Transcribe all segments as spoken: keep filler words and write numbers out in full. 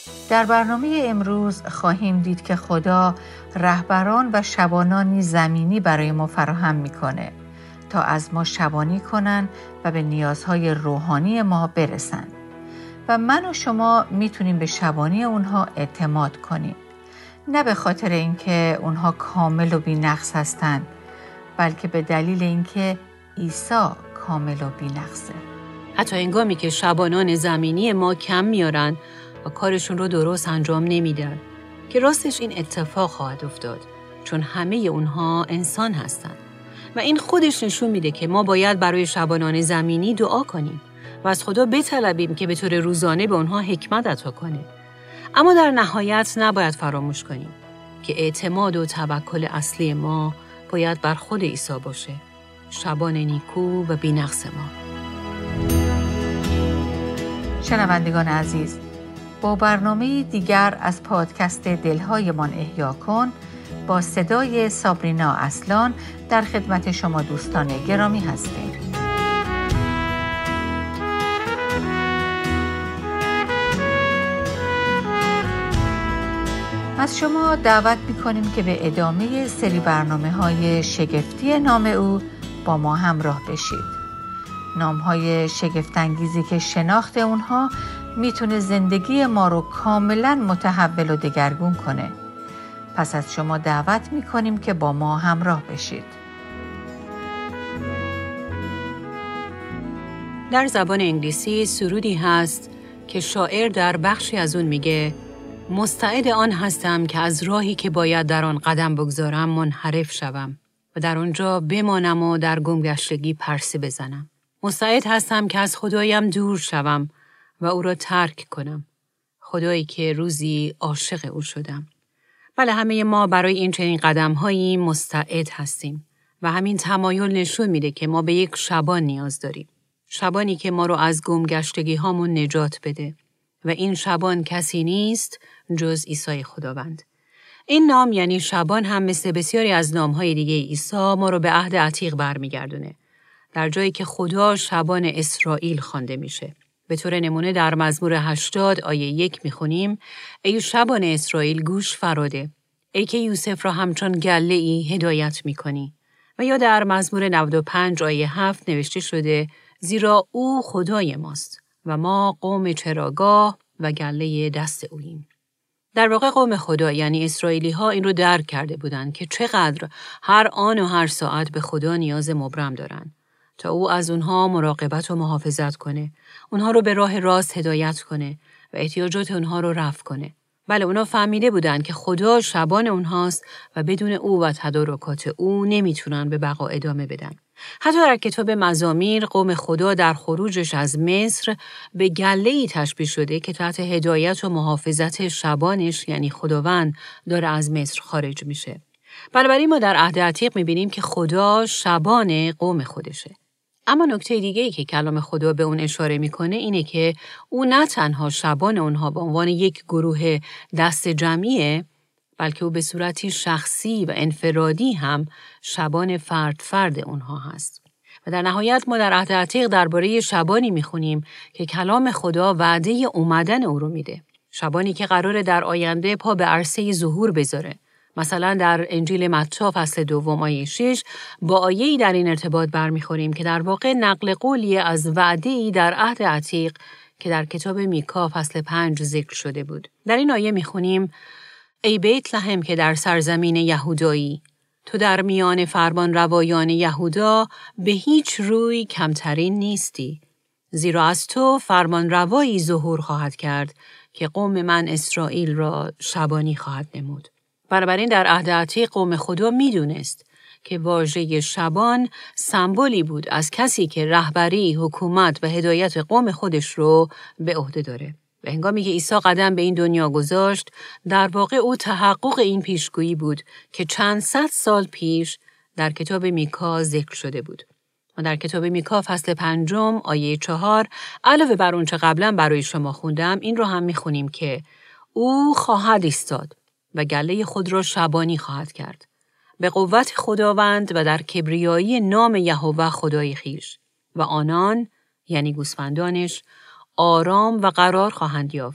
در برنامه امروز خواهیم دید که خدا رهبران و شبانانی زمینی برای ما فراهم میکنه تا از ما شبانی کنن و به نیازهای روحانی ما برسن و من و شما میتونیم به شبانی اونها اعتماد کنیم، نه به خاطر اینکه اونها کامل و بی‌نقص هستن، بلکه به دلیل اینکه عیسی کامل و بی‌نقصه. حتی هنگامی که شبانان زمینی ما کم میارن و کارشون رو درست انجام نمیدن که راستش این اتفاق خواهد افتاد، چون همه اونها انسان هستن و این خودش نشون میده که ما باید برای شبانان زمینی دعا کنیم و از خدا بطلبیم که به طور روزانه به اونها حکمت عطا کنه. اما در نهایت نباید فراموش کنیم که اعتماد و توکل اصلی ما باید بر خود عیسی باشه، شبان نیکو و بی‌نقص ما. شنوندگان عزیز، با برنامه دیگر از پادکست دلهایمان احیا کن با صدای سابرینا اصلان در خدمت شما دوستان گرامی هستیم. از شما دعوت می‌کنیم که به ادامه سری برنامه‌های شگفتی نام او با ما همراه بشید. نام‌های شگفت‌انگیزی که شناخت اونها میتونه زندگی ما رو کاملاً متحول و دگرگون کنه. پس از شما دعوت می‌کنیم که با ما همراه بشید. در زبان انگلیسی سرودی هست که شاعر در بخشی از اون میگه: مستعد آن هستم که از راهی که باید در آن قدم بگذارم منحرف شوم و در آنجا بمانم و در گمگشتگی پرسه بزنم. مستعد هستم که از خدایم دور شوم و او را ترک کنم. خدایی که روزی عاشق او شدم. بله، همه ما برای این چنین قدم‌هایی مستعد هستیم و همین تمایل نشون میده که ما به یک شبان نیاز داریم. شبانی که ما رو از گمگشتگی هامون نجات بده و این شبان کسی نیست جز عیسی خداوند. این نام یعنی شبان هم مثل بسیاری از نام‌های دیگه عیسی ما رو به عهد عتیق برمیگردونه، در جایی که خدا شبان اسرائیل خوانده میشه. به طور نمونه در مزمور هشتاد آیه یک میخونیم: ای شبان اسرائیل گوش فراده، ای که یوسف را همچون گله ای هدایت میکنی. و یا در مزمور نود و پنج آیه هفت نوشته شده: زیرا او خدای ماست و ما قوم چراگاه و گله دست اوییم. در واقع قوم خدا یعنی اسرائیلی ها این رو درک کرده بودند که چقدر هر آن و هر ساعت به خدا نیاز مبرم دارن تا او از اونها مراقبت و محافظت کنه، اونها رو به راه راست هدایت کنه و احتیاجات اونها رو رفع کنه. بله، اونها فهمیده بودن که خدا شبان اونهاست و بدون او و تدارکات او نمیتونن به بقا ادامه بدن. حتی در کتاب مزامیر قوم خدا در خروجش از مصر به گله‌ای تشبیه شده که تحت هدایت و محافظت شبانش یعنی خداوند داره از مصر خارج میشه. بنابراین ما در عهد عتیق میبینیم که خدا شبان قوم خودشه. اما نکته دیگه‌ای که کلام خدا به اون اشاره میکنه اینه که او نه تنها شبان اونها به عنوان یک گروه دست جمعیه، بلکه او به صورتی شخصی و انفرادی هم شبان فرد فرد اونها هست. و در نهایت ما در عهد عتیق درباره شبانی میخونیم که کلام خدا وعده اومدن او رو میده. شبانی که قراره در آینده پا به عرصه ظهور بذاره. مثلا در انجیل متی فصل دوم آیه شش با آیه‌ای در این ارتباط برمیخوریم که در واقع نقل قولی از وعده‌ای در عهد عتیق که در کتاب میکا فصل پنج ذکر شده بود. در این آیه میخونیم: ای بیت لحم که در سرزمین یهودایی، تو در میان فرمان روایان یهودا به هیچ روی کمترین نیستی، زیرا از تو فرمان روایی ظهور خواهد کرد که قوم من اسرائیل را شبانی خواهد نمود. بنابراین در عهد عتیق قوم خدا میدونست که واژه شبان سمبولی بود از کسی که رهبری، حکومت و هدایت قوم خودش رو به عهده داره. و هنگامی که عیسی قدم به این دنیا گذاشت، در واقع او تحقق این پیشگویی بود که چند صد سال پیش در کتاب میکا ذکر شده بود. و در کتاب میکا فصل پنجم آیه چهار علاوه بر اون چه قبلا برای شما خوندم این رو هم میخونیم که او خواهد ایستاد و گله خود را شبانی خواهد کرد به قوت خداوند و در کبریایی نام یهوه خدای خویش و آنان یعنی گوسفندانش آرام و قرار خواهند یافت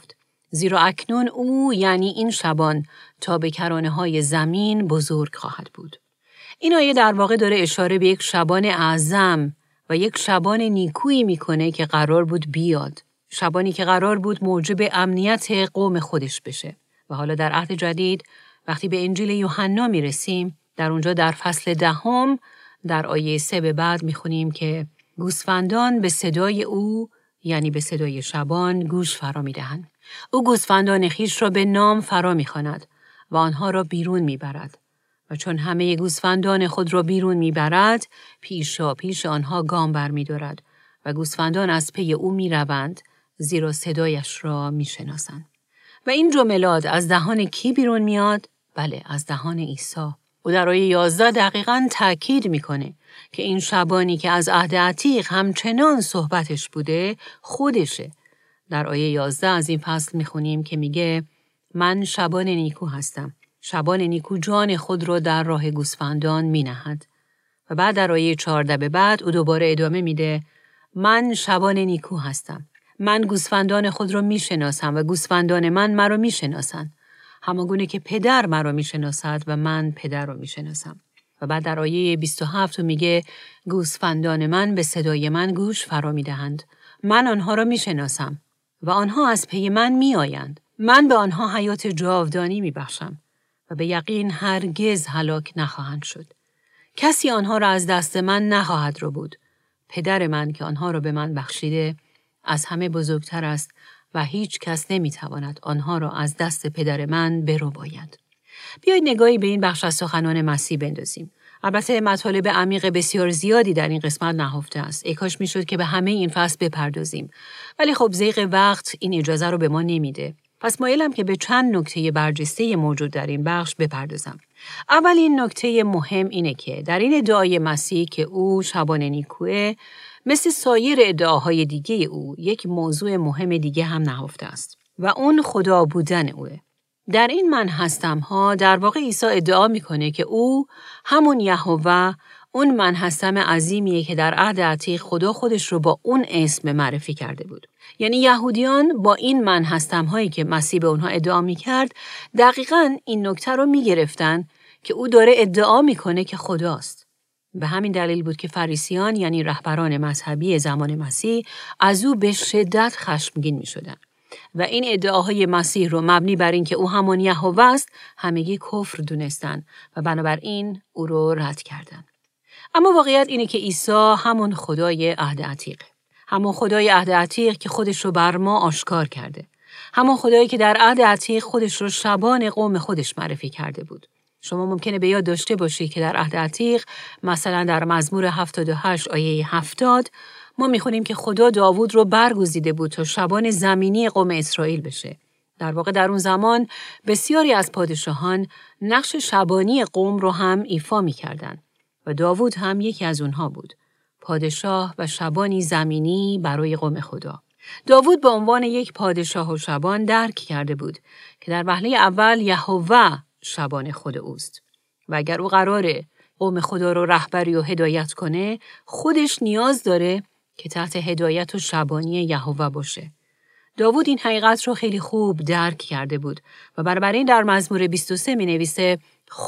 زیرا اکنون او یعنی این شبان تا به کرانه های زمین بزرگ خواهد بود. این آیه در واقع داره اشاره به یک شبان اعظم و یک شبان نیکویی میکنه که قرار بود بیاد. شبانی که قرار بود موجب امنیت قوم خودش بشه. و حالا در عهد جدید وقتی به انجیل یوحنا میرسیم، در اونجا در فصل دهم در آیه سه به بعد میخونیم که گوسفندان به صدای او، یعنی به صدای شبان، گوش فرا میدهند. او گوسفندان خیش را به نام فرا میخواند و آنها را بیرون میبرد. و چون همه گوسفندان خود را بیرون میبرد، پیشا پیش آنها گام بر می‌دارد و گوسفندان از پی او میروند، زیرا صدایش را میشناسند. و این جملات از دهان کی بیرون میاد؟ بله، از دهان عیسی. او در آیه یازده دقیقاً تأکید میکنه که این شبانی که از عهد عتیق همچنان صحبتش بوده خودشه. در آیه یازده از این فصل میخونیم که میگه من شبان نیکو هستم. شبان نیکو جان خود را در راه گوسفندان می نهد. و بعد در آیه چهارده به بعد او دوباره ادامه میده من شبان نیکو هستم. من گوسفندان خود را می شناسم و گوسفندان من مرا می شناسند. همانگونه که پدر مرا می شناسد و من پدر را می شناسم. و بعد در آیه بیست و هفت میگه گوسفندان من به صدای من گوش فرا می دهند. من آنها را می شناسم و آنها از پی من می آیند. من به آنها حیات جاودانی می بخشم و به یقین هرگز هلاک نخواهند شد. کسی آنها را از دست من نخواهد رو بود. پدر من که آنها را به من بخشیده از همه بزرگتر است و هیچ کس نمیتواند آنها را از دست پدر من برو باید. بیایید نگاهی به این بخش از سخنان مسیح بندازیم. البته مطالب عمیق بسیار زیادی در این قسمت نهفته است. ای کاش میشد که به همه این فصل بپردازیم. ولی خب ضیق وقت این اجازه رو به ما نمیده. پس مایلم که به چند نکته برجسته موجود در این بخش بپردازم. اولین نکته مهم اینه که در این ادعای مسیح که او شبان نیکوه، مثل سایر ادعاهای دیگه او یک موضوع مهم دیگه هم نهفته است و اون خدا بودن اوه. در این من هستم ها در واقع عیسی ادعا میکنه که او همون یهوه، اون من هستم عظیمیه که در عهد عتیق خدا خودش رو با اون اسم معرفی کرده بود. یعنی یهودیان با این من هستم هایی که مسیح به اونها ادعا میکرد دقیقاً این نکته رو میگرفتن که او داره ادعا میکنه که خداست. به همین دلیل بود که فریسیان یعنی رهبران مذهبی زمان مسیح از او به شدت خشمگین میشدن و این ادعاهای مسیح رو مبنی بر این که او همان یهوه است همگی کفر دونستن و بنابراین او رو رد کردن. اما واقعیت اینه که عیسی همون خدای عهد عتیقه. همون خدای عهد عتیق که خودش رو بر ما آشکار کرده. همون خدایی که در عهد عتیق خودش رو شبان قوم خودش معرفی کرده بود. شما ممکنه به یاد داشته باشید که در عهد عتیق مثلا در مزمور هفتاد و هشت آیه هفتاد ما میخونیم که خدا داوود رو برگزیده بود تا شبان زمینی قوم اسرائیل بشه. در واقع در اون زمان بسیاری از پادشاهان نقش شبانی قوم رو هم ایفا میکردن و داوود هم یکی از اونها بود. پادشاه و شبانی زمینی برای قوم خدا. داوود به عنوان یک پادشاه و شبان درک کرده بود که در وهله اول یهوه شبان خود اوست و اگر او قراره قوم خدا رو رهبری و هدایت کنه خودش نیاز داره که تحت هدایت و شبانی یهوه باشه. داوود این حقیقت رو خیلی خوب درک کرده بود و بنابراین در مزمور بیست و سه می نویسه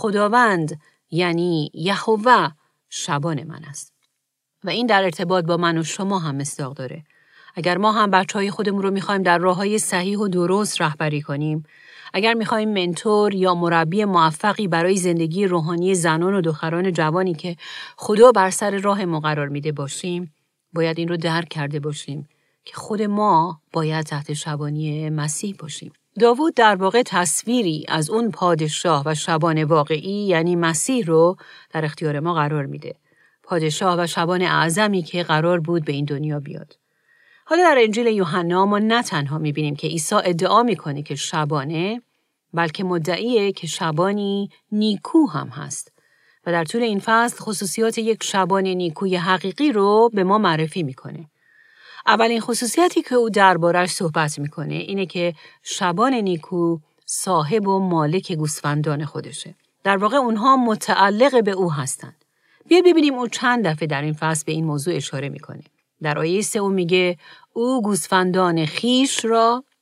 خداوند یعنی یهوه شبان من است. و این در ارتباط با من و شما هم مصداق داره. اگر ما هم بچهای خودمون رو میخوایم در راههای صحیح و درست رهبری کنیم، اگر میخوایم منتور یا مربی موفقی برای زندگی روحانی زنان و دختران جوانی که خدا بر سر راه ما قرار میده باشیم، باید این رو درک کرده باشیم که خود ما باید تحت شبانی مسیح باشیم. داوود در واقع تصویری از اون پادشاه و شبان واقعی یعنی مسیح رو در اختیار ما قرار میده. پادشاه و شبان اعظمی که قرار بود به این دنیا بیاد. حالا در انجیل یوحنا ما نه تنها میبینیم که عیسی ادعا میکنه که شبانه، بلکه مدعیه که شبانی نیکو هم هست. و در طول این فصل خصوصیات یک شبان نیکوی حقیقی رو به ما معرفی میکنه. اولین خصوصیتی که او دربارش صحبت میکنه اینه که شبان نیکو صاحب و مالک گوسفندان خودشه. در واقع اونها متعلق به او هستند. بیا ببینیم او چند دفعه در این فصل به این موضوع اشاره میکنه. در آیه سه او میگه او گوسفندان خیش را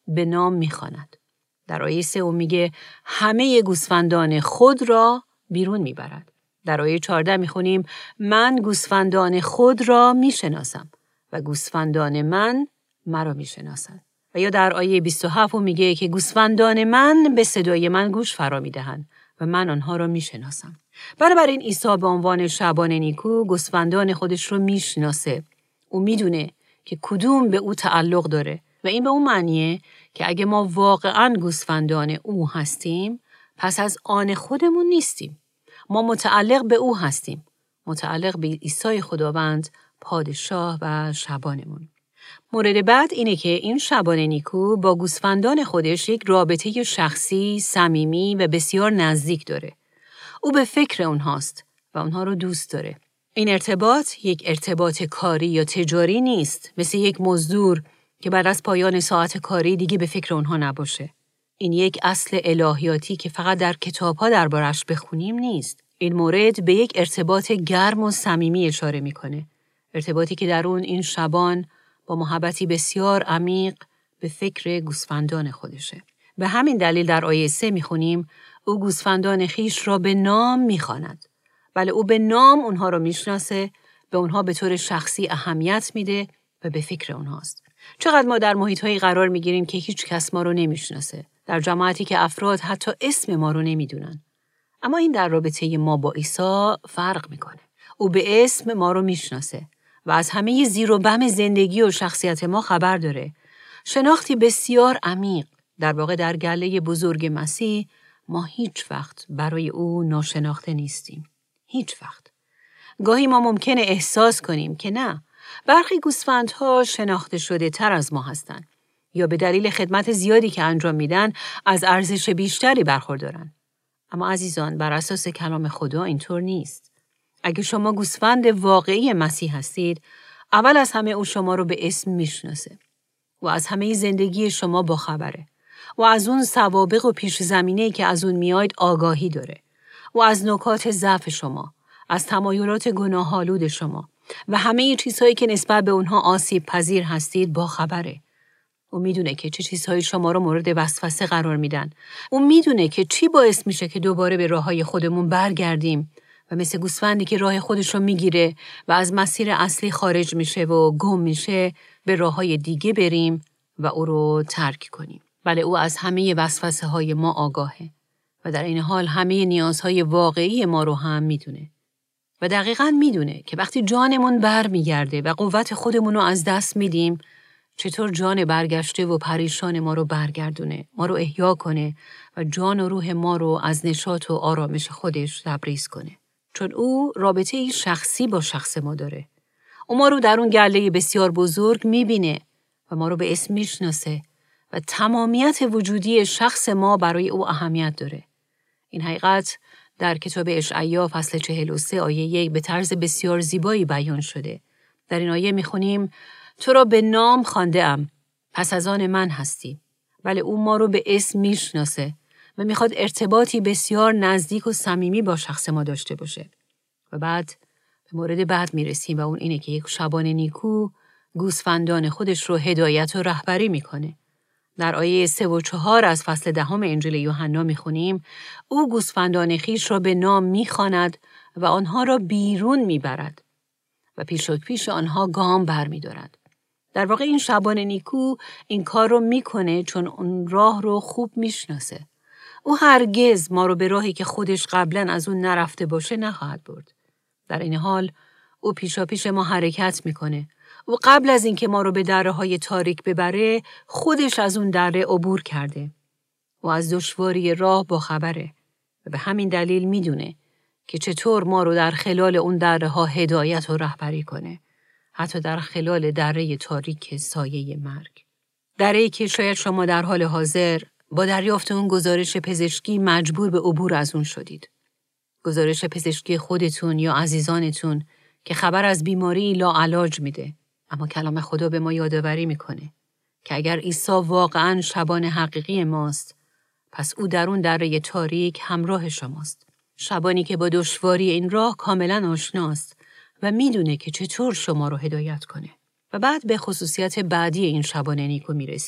به نام میخواند. در آیه سه او میگه همه گوسفندان خود را بیرون میبرد. در آیه چهارده میخونیم من گوسفندان خود را میشناسم و گوسفندان من مرا میشناسند. و یا در آیه بیست و هفت او میگه که گوسفندان من به صدای من گوش فرا میدهند و من آنها را میشناسم. بنابراین عیسی به عنوان شبان نیکو گوسفندان خودش رو میشناسه. او میدونه که کدوم به او تعلق داره و این به اون معنیه که اگه ما واقعاً گوسفندان او هستیم پس از آن خودمون نیستیم. ما متعلق به او هستیم. متعلق به عیسی خداوند پادشاه و شبانمون. مورد بعد اینه که این شبان نیکو با گوسفندان خودش یک رابطه شخصی، صمیمی و بسیار نزدیک داره. او به فکر اونهاست و اونها رو دوست داره. این ارتباط یک ارتباط کاری یا تجاری نیست، مثل یک مزدور که بعد از پایان ساعت کاری دیگه به فکر اونها نباشه. این یک اصل الهیاتی که فقط در کتاب‌ها دربارش بخونیم نیست. این مورد به یک ارتباط گرم و صمیمی اشاره میکنه. ارتباطی که در اون این شبان با محبتی بسیار عمیق به فکر گوسفندان خودشه. به همین دلیل در آیه سه میخونیم او گوسفندان خیش را به نام میخواند. بله او به نام اونها رو میشناسه، به اونها به طور شخصی اهمیت میده و به فکر اونهاست. چقدر ما در محیط‌هایی قرار میگیریم که هیچ کس ما رو نمیشناسه. در جماعتی که افراد حتی اسم ما رو نمیدونن. اما این در رابطه ما با عیسی فرق میکنه. او به اسم ما رو میشناسه و از همه زیر و بم زندگی و شخصیت ما خبر داره. شناختی بسیار عمیق. در واقع در گله بزرگ مسیح ما هیچ وقت برای او ناشناخته نیستیم. هیچ وقت. گاهی ما ممکنه احساس کنیم که نه، برخی گوسفندها شناخته شده تر از ما هستند یا به دلیل خدمت زیادی که انجام میدن از ارزش بیشتری برخوردارن. اما عزیزان بر اساس کلام خدا اینطور نیست. اگه شما گوسفند واقعی مسیح هستید، اول از همه او شما رو به اسم میشناسه و از همه زندگی شما باخبره و از اون سوابق و پیش زمینه‌ای که از اون میاید آگاهی داره و از نکات ضعف شما، از تمایلات گناه‌آلود شما و همه چیزهایی که نسبت به اونها آسیب پذیر هستید باخبره. او میدونه که چه چیزهایی شما رو مورد وسوسه قرار میدن. او میدونه که چی باعث میشه که دوباره به راههای خودمون برگردیم و مثل گوسفندی که راه خودش رو میگیره و از مسیر اصلی خارج میشه و گم میشه به راههای دیگه بریم و او رو ترک کنیم. بله او از همه وسوسه های ما آگاهه و در این حال همه نیازهای واقعی ما رو هم میدونه. و دقیقاً میدونه که وقتی جانمون بر میگرده و قوت خودمون رو از دست میدیم، چطور جان برگشته و پریشان ما رو برگردونه، ما رو احیا کنه و جان و روح ما رو از نشاط و آرامش خودش لبریز کنه. چون او رابطه شخصی با شخص ما داره. او ما رو در اون گله بسیار بزرگ میبینه و ما رو به اسم میشناسه و تمامیت وجودی شخص ما برای او اهمیت داره. این حقیقت در کتاب اشعیا فصل چهل و سه آیه یک به طرز بسیار زیبایی بیان شده. در این آیه میخونیم تو را به نام خوانده‌ام، پس از آن من هستی. بله او ما رو به اسم میشناسه و میخواد ارتباطی بسیار نزدیک و صمیمی با شخص ما داشته باشه. و بعد به مورد بعد میرسیم و اون اینه که یک شبان نیکو گوسفندان خودش رو هدایت و رهبری میکنه. در آیه سه و چهار از فصل دهم انجیل یوحنا میخونیم او گوسفندان خیش را به نام میخواند و آنها را بیرون میبرد و پیشاک پیش آنها گام برمیدارد. در واقع این شبان نیکو این کار رو میکنه چون اون راه رو خوب میشناسه. او هرگز ما رو به راهی که خودش قبلا از اون نرفته باشه نخواهد برد. در این حال او پیشا پیش ما حرکت میکنه. او قبل از اینکه ما رو به دره‌های تاریک ببره خودش از اون دره عبور کرده. او از دشواری راه با خبره و به همین دلیل میدونه که چطور ما رو در خلال اون دره‌ها هدایت و رهبری کنه. حتی در خلال دره تاریک سایه مرگ. دره‌ای که شاید شما در حال حاضر با دریافت اون گزارش پزشکی مجبور به عبور از اون شدید. گزارش پزشکی خودتون یا عزیزانتون که خبر از بیماری لاعلاج میده. اما کلام خدا به ما یادآوری میکنه که اگر عیسی واقعاً شبان حقیقی ماست، پس او در اون دره تاریک همراه شماست. شبانی که با دشواری این راه کاملاً آشناست و میدونه که چطور شما رو هدایت کنه. و بعد به خصوصیت بعدی این شبان نیکو میرسیم.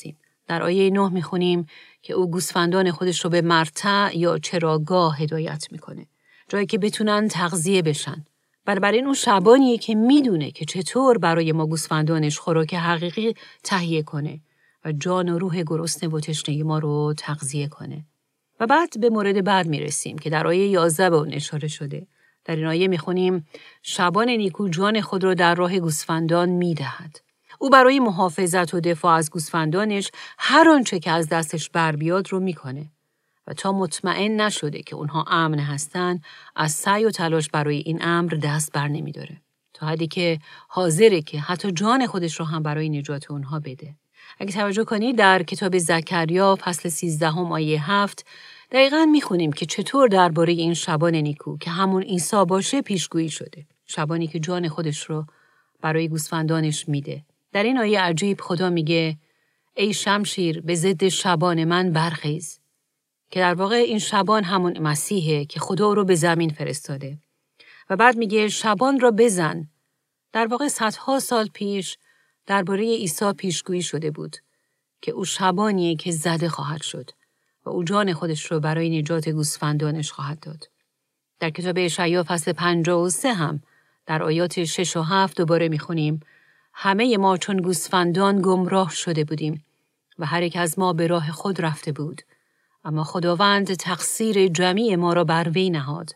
در آیه نه میخونیم که او گوسفندان خودش رو به مرتع یا چراگاه هدایت میکنه. جایی که بتونن تغذیه بشن. بنابراین اون شبانیه که میدونه که چطور برای ما گوسفندانش خوراک حقیقی تهیه کنه و جان و روح گرسنه و تشنه ما رو تغذیه کنه. و بعد به مورد بعد میرسیم که در آیه یازده به اون اشاره شده. در این آیه میخونیم شبان نیکو جان خود رو در راه گوسفندان میدهد. او برای محافظت و دفاع از گوسفندانش هر آنچه که از دستش بر بیاد رو میکنه و تا مطمئن نشده که اونها امن هستن از سعی و تلاش برای این امر دست بر نمیداره. تا حدی که حاضره که حتی جان خودش رو هم برای نجات اونها بده. اگه توجه کنید در کتاب زکریا فصل سیزدهم آیه هفت دقیقاً میخونیم که چطور درباره این شبان نیکو که همون عیسی باشه پیشگویی شده. شبانی که جان خودش رو برای گوسفندانش میده. در این آیه عجیب خدا میگه ای شمشیر به ضد شبان من برخیز، که در واقع این شبان همون مسیحه که خدا رو به زمین فرستاده. و بعد میگه شبان را بزن. در واقع صدها سال پیش درباره عیسی پیشگویی شده بود که او شبانیه که زده خواهد شد و او جان خودش رو برای نجات گوسفندانش خواهد داد. در کتاب اشعیا فصل پنجاه و سه هم در آیات شش و هفت دوباره میخونیم همه ما چون گوسفندان گمراه شده بودیم و هر یک از ما به راه خود رفته بود، اما خداوند تقصیر جمیع ما را بر وی نهاد.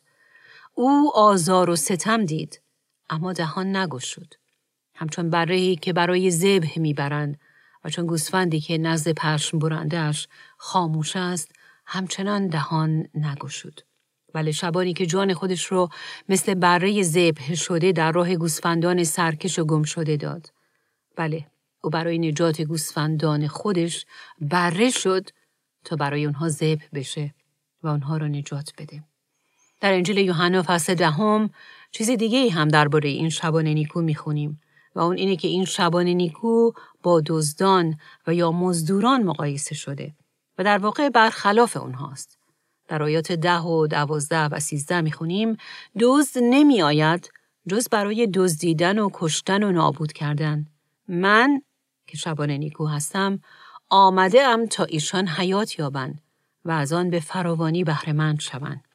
او آزار و ستم دید اما دهان نگشود، همچون بره‌ای که برای ذبح میبرند و چون گوسفندی که نزد پشم برنده‌اش خاموش است همچنان دهان نگشود. بله، شبانی که جان خودش رو مثل بره ذبح شده در راه گوسفندان سرکش و گم شده داد. بله، او برای نجات گوسفندان خودش بره شد تا برای اونها ذبح بشه و اونها رو نجات بده. در انجیل یوحنا فصل دهم چیز دیگه ای هم درباره این شبان نیکو میخونیم و اون اینه که این شبان نیکو با دزدان و یا مزدوران مقایسه شده و در واقع برخلاف اونهاست. در آیات ده و دوازده و سیزده میخونیم دزد نمی آید جز برای دزدیدن و کشتن و نابود کردن. من که شبان نیکو هستم آمده ام تا ایشان حیات یابند و از آن به فراوانی بهره مند شوند.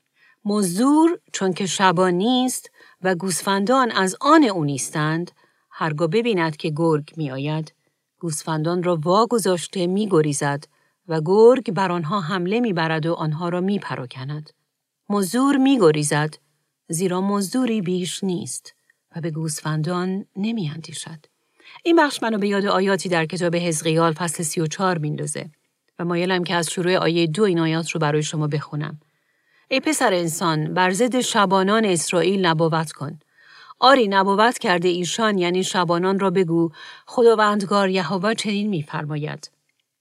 مزدور چون که شبان نیست و گوسفندان از آن او نیستند، هرگاه ببیند که گرگ می آید، گوسفندان را واگذاشته می گریزد و گرگ بر آنها حمله می برد و آنها را می پراکند. مزدور می گریزد زیرا مزدوری بیش نیست و به گوسفندان نمی اندیشد. این بخش منو به یاد آیاتی در کتاب حزقیال فصل سی و چهار میندازه و مایلم که از شروع آیه دو این آیات رو برای شما بخونم. ای پسر انسان، بر ضد شبانان اسرائیل نبوت کن. آری نبوت کرده ایشان یعنی شبانان را بگو خداوندگار یهوه چنین می‌فرماید.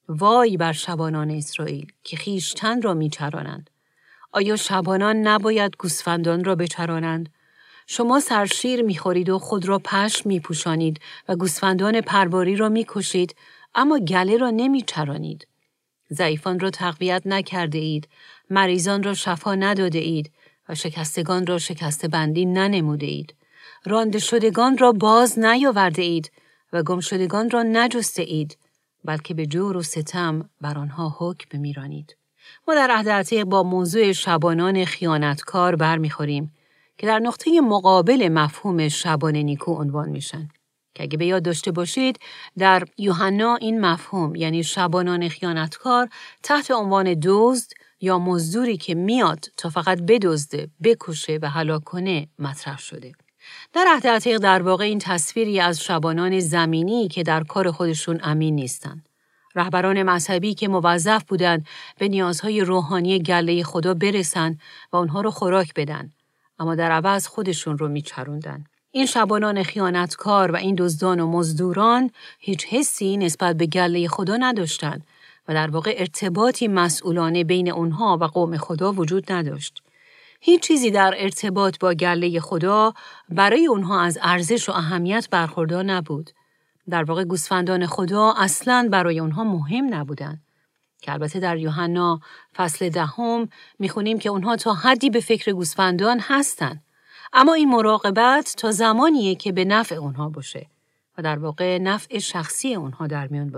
وای بر شبانان اسرائیل که خویشتن را می‌چرانند. آیا شبانان نباید گوسفندان را بچرانند؟ شما سرشیر می‌خورید و خود را پشم می‌پوشانید و گوسفندان پرواری را می‌کشید، اما گله را نمی‌چرانید. ضعیفان را تقویت نکرده اید، مریضان را شفا نداده اید و شکستگان را شکسته بندی ننموده اید. رانده شدگان را باز نیاورده اید و گم شدگان را نجسته اید، بلکه به جور و ستم بر آنها حکم می‌رانید. ما در عهد عتیق با موضوع شبانان خیانتکار برمیخوریم که در نقطه مقابل مفهوم شبان نیکو عنوان میشن. که اگه به یاد داشته باشید در یوحنا این مفهوم یعنی شبانان خیانتکار تحت عنوان دزد یا مزدوری که میاد تا فقط بدزده، بکشه و هلاک کنه مطرح شده. در عهد عتیق در واقع این تصویری از شبانان زمینی که در کار خودشون امین نیستن. رهبران مذهبی که موظف بودن به نیازهای روحانی گله خدا برسن و اونها رو خوراک بدن، اما در عوض خودشون رو میچروندن. این شبانان خیانتکار و این دزدان و مزدوران هیچ حسی نسبت به گله خدا نداشتند و در واقع ارتباطی مسئولانه بین اونها و قوم خدا وجود نداشت. هیچ چیزی در ارتباط با گله خدا برای اونها از ارزش و اهمیت برخوردار نبود. در واقع گوسفندان خدا اصلاً برای اونها مهم نبودند. که البته در یوحنا فصل دهم میخونیم که اونها تا حدی به فکر گوسفندان هستند. اما این مراقبت تا زمانیه که به نفع اونها باشه و در واقع نفع شخصی اونها در میان باشه.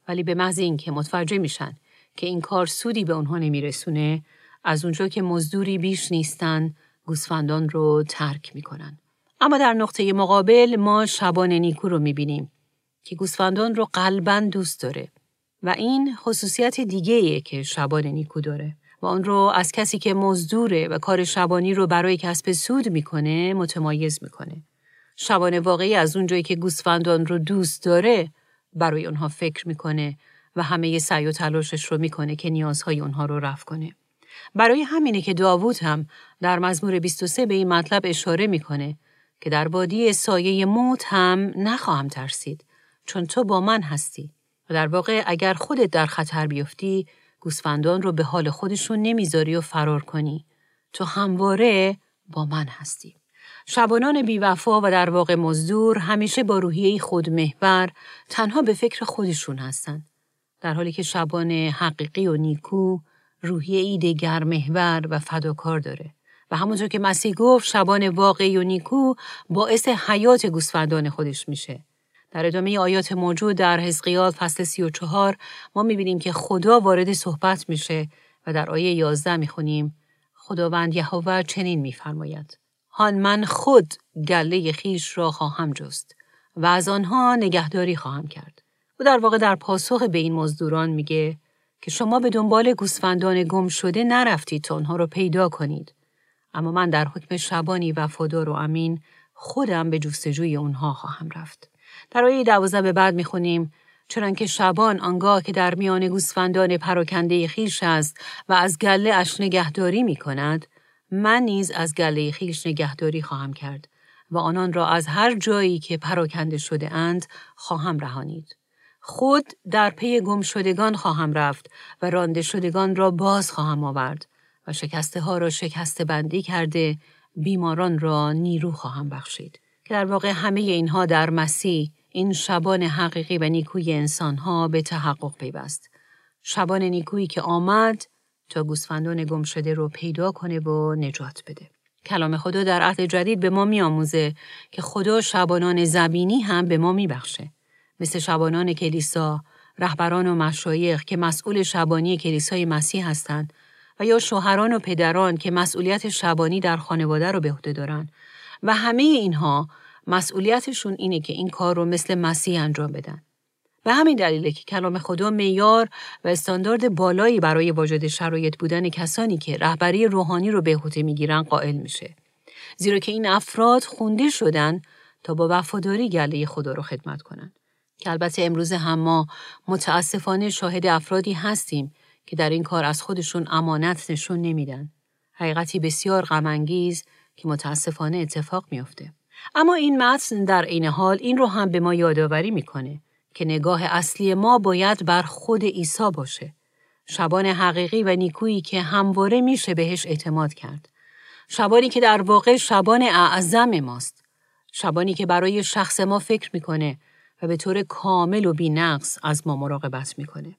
ولی به محض اینکه متوجه میشن که این کار سودی به اونها نمیرسونه، از اونجا که مزدوری بیش نیستن، گوسفندان رو ترک میکنن. اما در نقطه مقابل ما شبان نیکو رو میبینیم که گوسفندان رو قلباً دوست داره و این خصوصیت دیگه‌ایه که شبان نیکو داره و اون رو از کسی که مزدوره و کار شبانی رو برای کسب سود میکنه متمایز میکنه. شبان واقعی از اونجایی که گوسفندان رو دوست داره برای اونها فکر میکنه و همه سعی و تلاشش رو میکنه که نیازهای اونها رو رفع کنه. برای همینه که داوود هم در مزمور بیست و سه به این مطلب اشاره میکنه که در وادی سایه موت هم نخواهم ترسید چون تو با من هستی. و در واقع اگر خودت در خطر بیفتی، گوسفندان رو به حال خودشون نمیذاری و فرار کنی. تو همواره با من هستی. شبانان بیوفا و در واقع مزدور همیشه با روحیه خودمحور تنها به فکر خودشون هستن. در حالی که شبان حقیقی و نیکو روحیه دگرمحور و فداکار داره. و همونطور که مسیح گفت شبان واقعی و نیکو باعث حیات گوسفندان خودش میشه. در ادامه آیات موجود در حزقیال فصل سی و چهار ما میبینیم که خدا وارد صحبت میشه و در آیه یازده میخونیم خداوند یهوه چنین میفرماید: هان من خود گله خیش را خواهم جست و از آنها نگهداری خواهم کرد. و در واقع در پاسخ به این مزدوران میگه که شما به دنبال گوسفندان گم شده نرفتید تا آنها رو پیدا کنید، اما من در حکم شبانی وفادار و امین خودم به جستجوی اونها خواهم رفت. در آیه دوازده به بعد میخونیم چنانکه شبان آنگاه که در میان گوسفندان پراکنده خیش است و از گله اش نگهداری میکند، من نیز از گله خیش نگهداری خواهم کرد و آنان را از هر جایی که پراکنده شده اند خواهم رهانید. خود در پی گم شدگان خواهم رفت و رانده شدگان را باز خواهم آورد و شکسته ها را شکسته بندی کرده بیماران را نیرو خواهم بخشید. که در واقع همه اینها در مسیح این شبان حقیقی و نیکوی انسانها به تحقق پیوست. شبان نیکویی که آمد تا گوسفندان گم شده رو پیدا کنه و نجات بده. کلام خدا در عهد جدید به ما می‌آموزه که خدا شبانان زمینی هم به ما میبخشه. مثل شبانان کلیسا، رهبران و مشایخ که مسئول شبانی کلیسای مسیح هستند و یا شوهران و پدران که مسئولیت شبانی در خانواده رو به عهده دارن و همه اینها مسئولیتشون اینه که این کار رو مثل مسیح انجام بدن. به همین دلیله که کلام خدا معیار و استاندارد بالایی برای واجد شرایط بودن کسانی که رهبری روحانی رو به عهده میگیرن قائل میشه. زیرا که این افراد خونده شدن تا با وفاداری گله خدا رو خدمت کنن. که البته امروز هم ما متاسفانه شاهد افرادی هستیم که در این کار از خودشون امانت نشون نمیدن. حقیقتی بسیار غم انگیز که متاسفانه اتفاق میفته. اما این متن در عین حال این رو هم به ما یادآوری میکنه که نگاه اصلی ما باید بر خود عیسی باشه. شبان حقیقی و نیکویی که همواره میشه بهش اعتماد کرد. شبانی که در واقع شبان اعظم ماست. شبانی که برای شخص ما فکر میکنه و به طور کامل و بی‌نقص از ما مراقبت میکنه.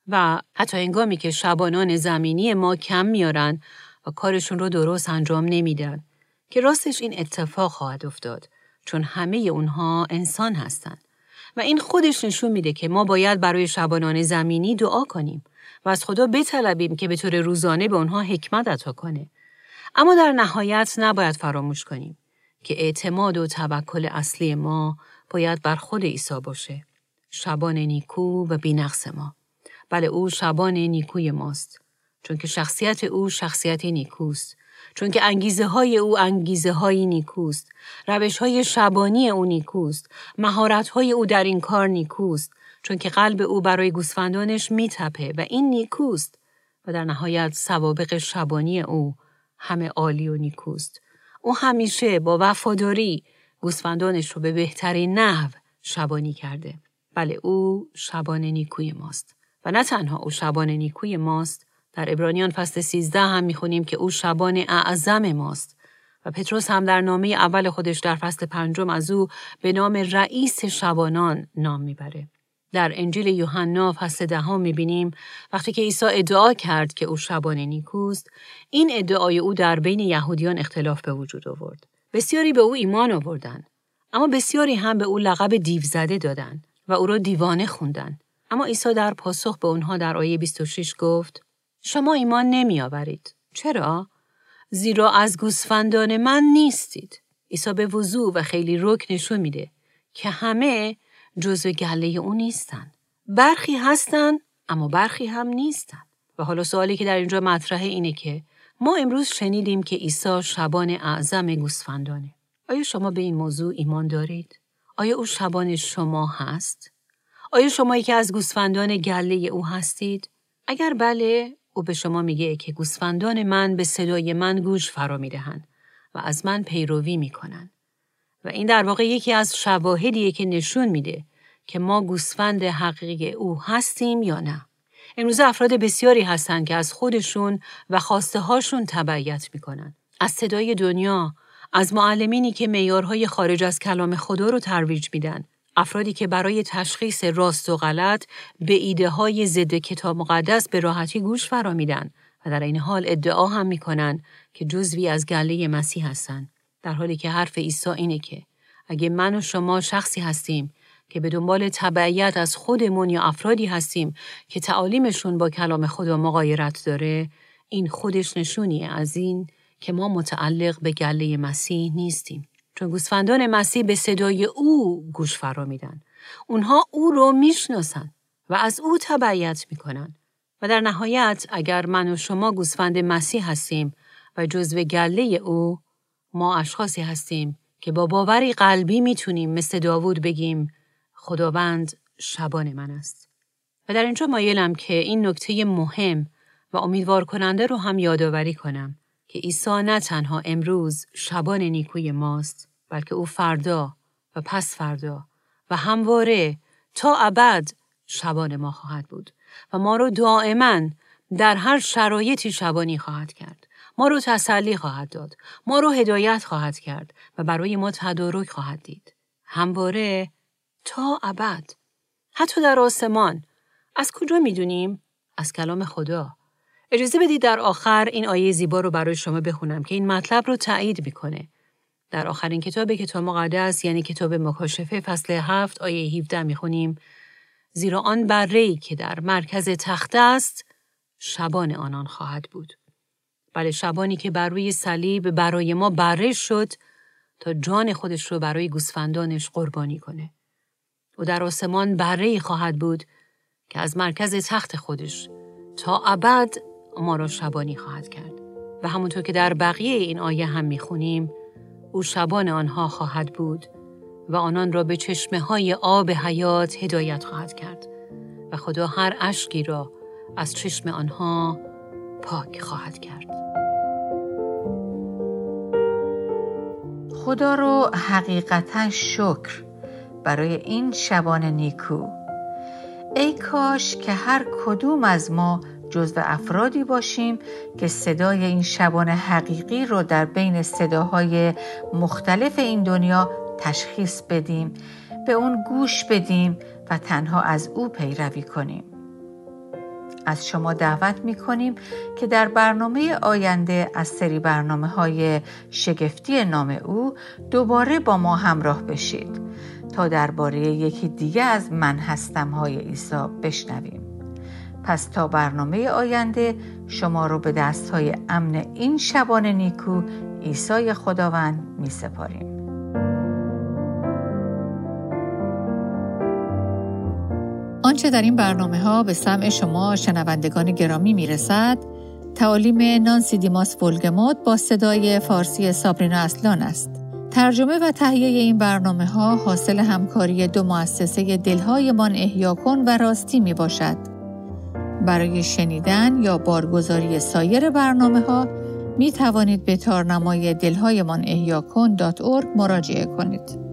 و حتی هنگامی که شبانان زمینی ما کم میارن و کارشون رو درست انجام نمیدن، که راستش این اتفاق خواهد افتاد چون همه اونها انسان هستن. و این خودش نشون میده که ما باید برای شبانان زمینی دعا کنیم و از خدا بطلبیم که به طور روزانه به اونها حکمت عطا کنه. اما در نهایت نباید فراموش کنیم که اعتماد و توکل اصلی ما باید بر خود عیسی باشه. شبان نیکو و بی‌نقص ما. بله، او شبان نیکوی ماست. چون که شخصیت او شخصیت نیکوست. چون که انگیزه های او انگیزه های نیکوست. روش های شبانی او نیکوست. مهارت های او در این کار نیکوست. چون که قلب او برای گوسفندانش میتپه و این نیکوست. و در نهایت سوابق شبانی او همه عالی و نیکوست. او همیشه با وفاداری گوسفندانش رو به بهترین نحو شبانی کرده. بله، او شبان نیکوی ماست. و نه تنها او شبان نیکوی ماست، در عبرانیان فصل سیزده هم میخونیم که او شبان اعظم ماست. و پتروس هم در نامه اول خودش در فصل پنجم از او به نام رئیس شبانان نام میبره. در انجیل یوحنا فصل دهم میبینیم وقتی که عیسی ادعا کرد که او شبان نیکوست، این ادعای او در بین یهودیان اختلاف به وجود آورد. بسیاری به او ایمان آوردند، اما بسیاری هم به او لقب دیو زده دادند و او را دیوانه خوندند. اما عیسی در پاسخ به اونها در آیه بیست و شش گفت: شما ایمان نمی آورید. چرا؟ زیرا از گوسفندان من نیستید. عیسی به وضوح و خیلی رک نشون میده که همه جزو گله اون نیستن. برخی هستن اما برخی هم نیستن. و حالا سوالی که در اینجا مطرحه اینه که ما امروز شنیدیم که عیسی شبان اعظم گوسفندانه. آیا شما به این موضوع ایمان دارید؟ آیا او شبان شما هست؟ آیا شما یکی از گوسفندان گله او هستید؟ اگر بله، او به شما میگه که گوسفندان من به صدای من گوش فرا میدهند و از من پیروی میکنن. و این در واقع یکی از شواهدیه که نشون میده که ما گوسفند حقیقی او هستیم یا نه. امروز افراد بسیاری هستند که از خودشون و خواسته هاشون تبعیت میکنن. از صدای دنیا، از معلمینی که معیارهای خارج از کلام خدا رو ترویج میدن. افرادی که برای تشخیص راست و غلط به ایده های ضد کتاب مقدس به راحتی گوش فرا میدن و در این حال ادعا هم میکنن که جزوی از گله مسیح هستن. در حالی که حرف عیسی اینه که اگه من و شما شخصی هستیم که به دنبال تبعیت از خودمون یا افرادی هستیم که تعالیمشون با کلام خدا مغایرت داره، این خودش نشونیه از این که ما متعلق به گله مسیح نیستیم. چون گوسفندان مسیح به صدای او گوش فرا میدن. اونها او رو میشناسن و از او تبعیت میکنن. و در نهایت اگر من و شما گوسفند مسیح هستیم و جزو گله او، ما اشخاصی هستیم که با باوری قلبی میتونیم مثل داوود بگیم خداوند شبان من است. و در اینجا مایلم که این نکته مهم و امیدوار کننده رو هم یادآوری کنم که عیسی نه تنها امروز شبان نیکوی ماست، بلکه او فردا و پس فردا و همواره تا ابد شبان ما خواهد بود و ما رو دائما در هر شرایطی شبانی خواهد کرد. ما رو تسلی خواهد داد، ما رو هدایت خواهد کرد و برای ما تدارک خواهد دید. همواره تا ابد. حتی در آسمان. از کجا میدونیم؟ از کلام خدا. اجازه بدید در آخر این آیه زیبا رو برای شما بخونم که این مطلب رو تایید میکنه. در آخرین کتاب کتاب مقدس یعنی کتاب مکاشفه فصل هفت آیه هفده میخونیم: زیرا آن بره‌ای که در مرکز تخت است شبان آنان خواهد بود. بله، شبانی که بر روی صلیب برای ما بره شد تا جان خودش رو برای گوسفندانش قربانی کنه. او در آسمان بره‌ای خواهد بود که از مرکز تخت خودش تا ابد ما را شبانی خواهد کرد. و همونطور که در بقیه این آیه هم میخونیم، او شبان آنها خواهد بود و آنان را به چشمه های آب حیات هدایت خواهد کرد و خدا هر اشکی را از چشم آنها پاک خواهد کرد. خدا رو حقیقتا شکر برای این شبان نیکو. ای کاش که هر کدوم از ما جزو افرادی باشیم که صدای این شبان حقیقی رو در بین صداهای مختلف این دنیا تشخیص بدیم، به اون گوش بدیم و تنها از او پیروی کنیم. از شما دعوت می‌کنیم که در برنامه آینده از سری برنامه‌های شگفتی نام او دوباره با ما همراه بشید تا درباره یکی دیگه از من هستم‌های عیسی بشنویم. پس تا برنامه آینده شما رو به دست‌های امن این شبان نیکو عیسی خداوند می‌سپاریم. آنچه در این برنامه‌ها به سمع شما شنوندگان گرامی میرسد، تعالیم نانسی دیماس ولگموت با صدای فارسی سابرینا اصلان است. ترجمه و تهیه این برنامه‌ها حاصل همکاری دو مؤسسه دلهایمان احیا کن و راستی می باشد. برای شنیدن یا بارگزاری سایر برنامه‌ها می توانید به تارنمای دلهایمان احیا کن دات اورگ مراجعه کنید.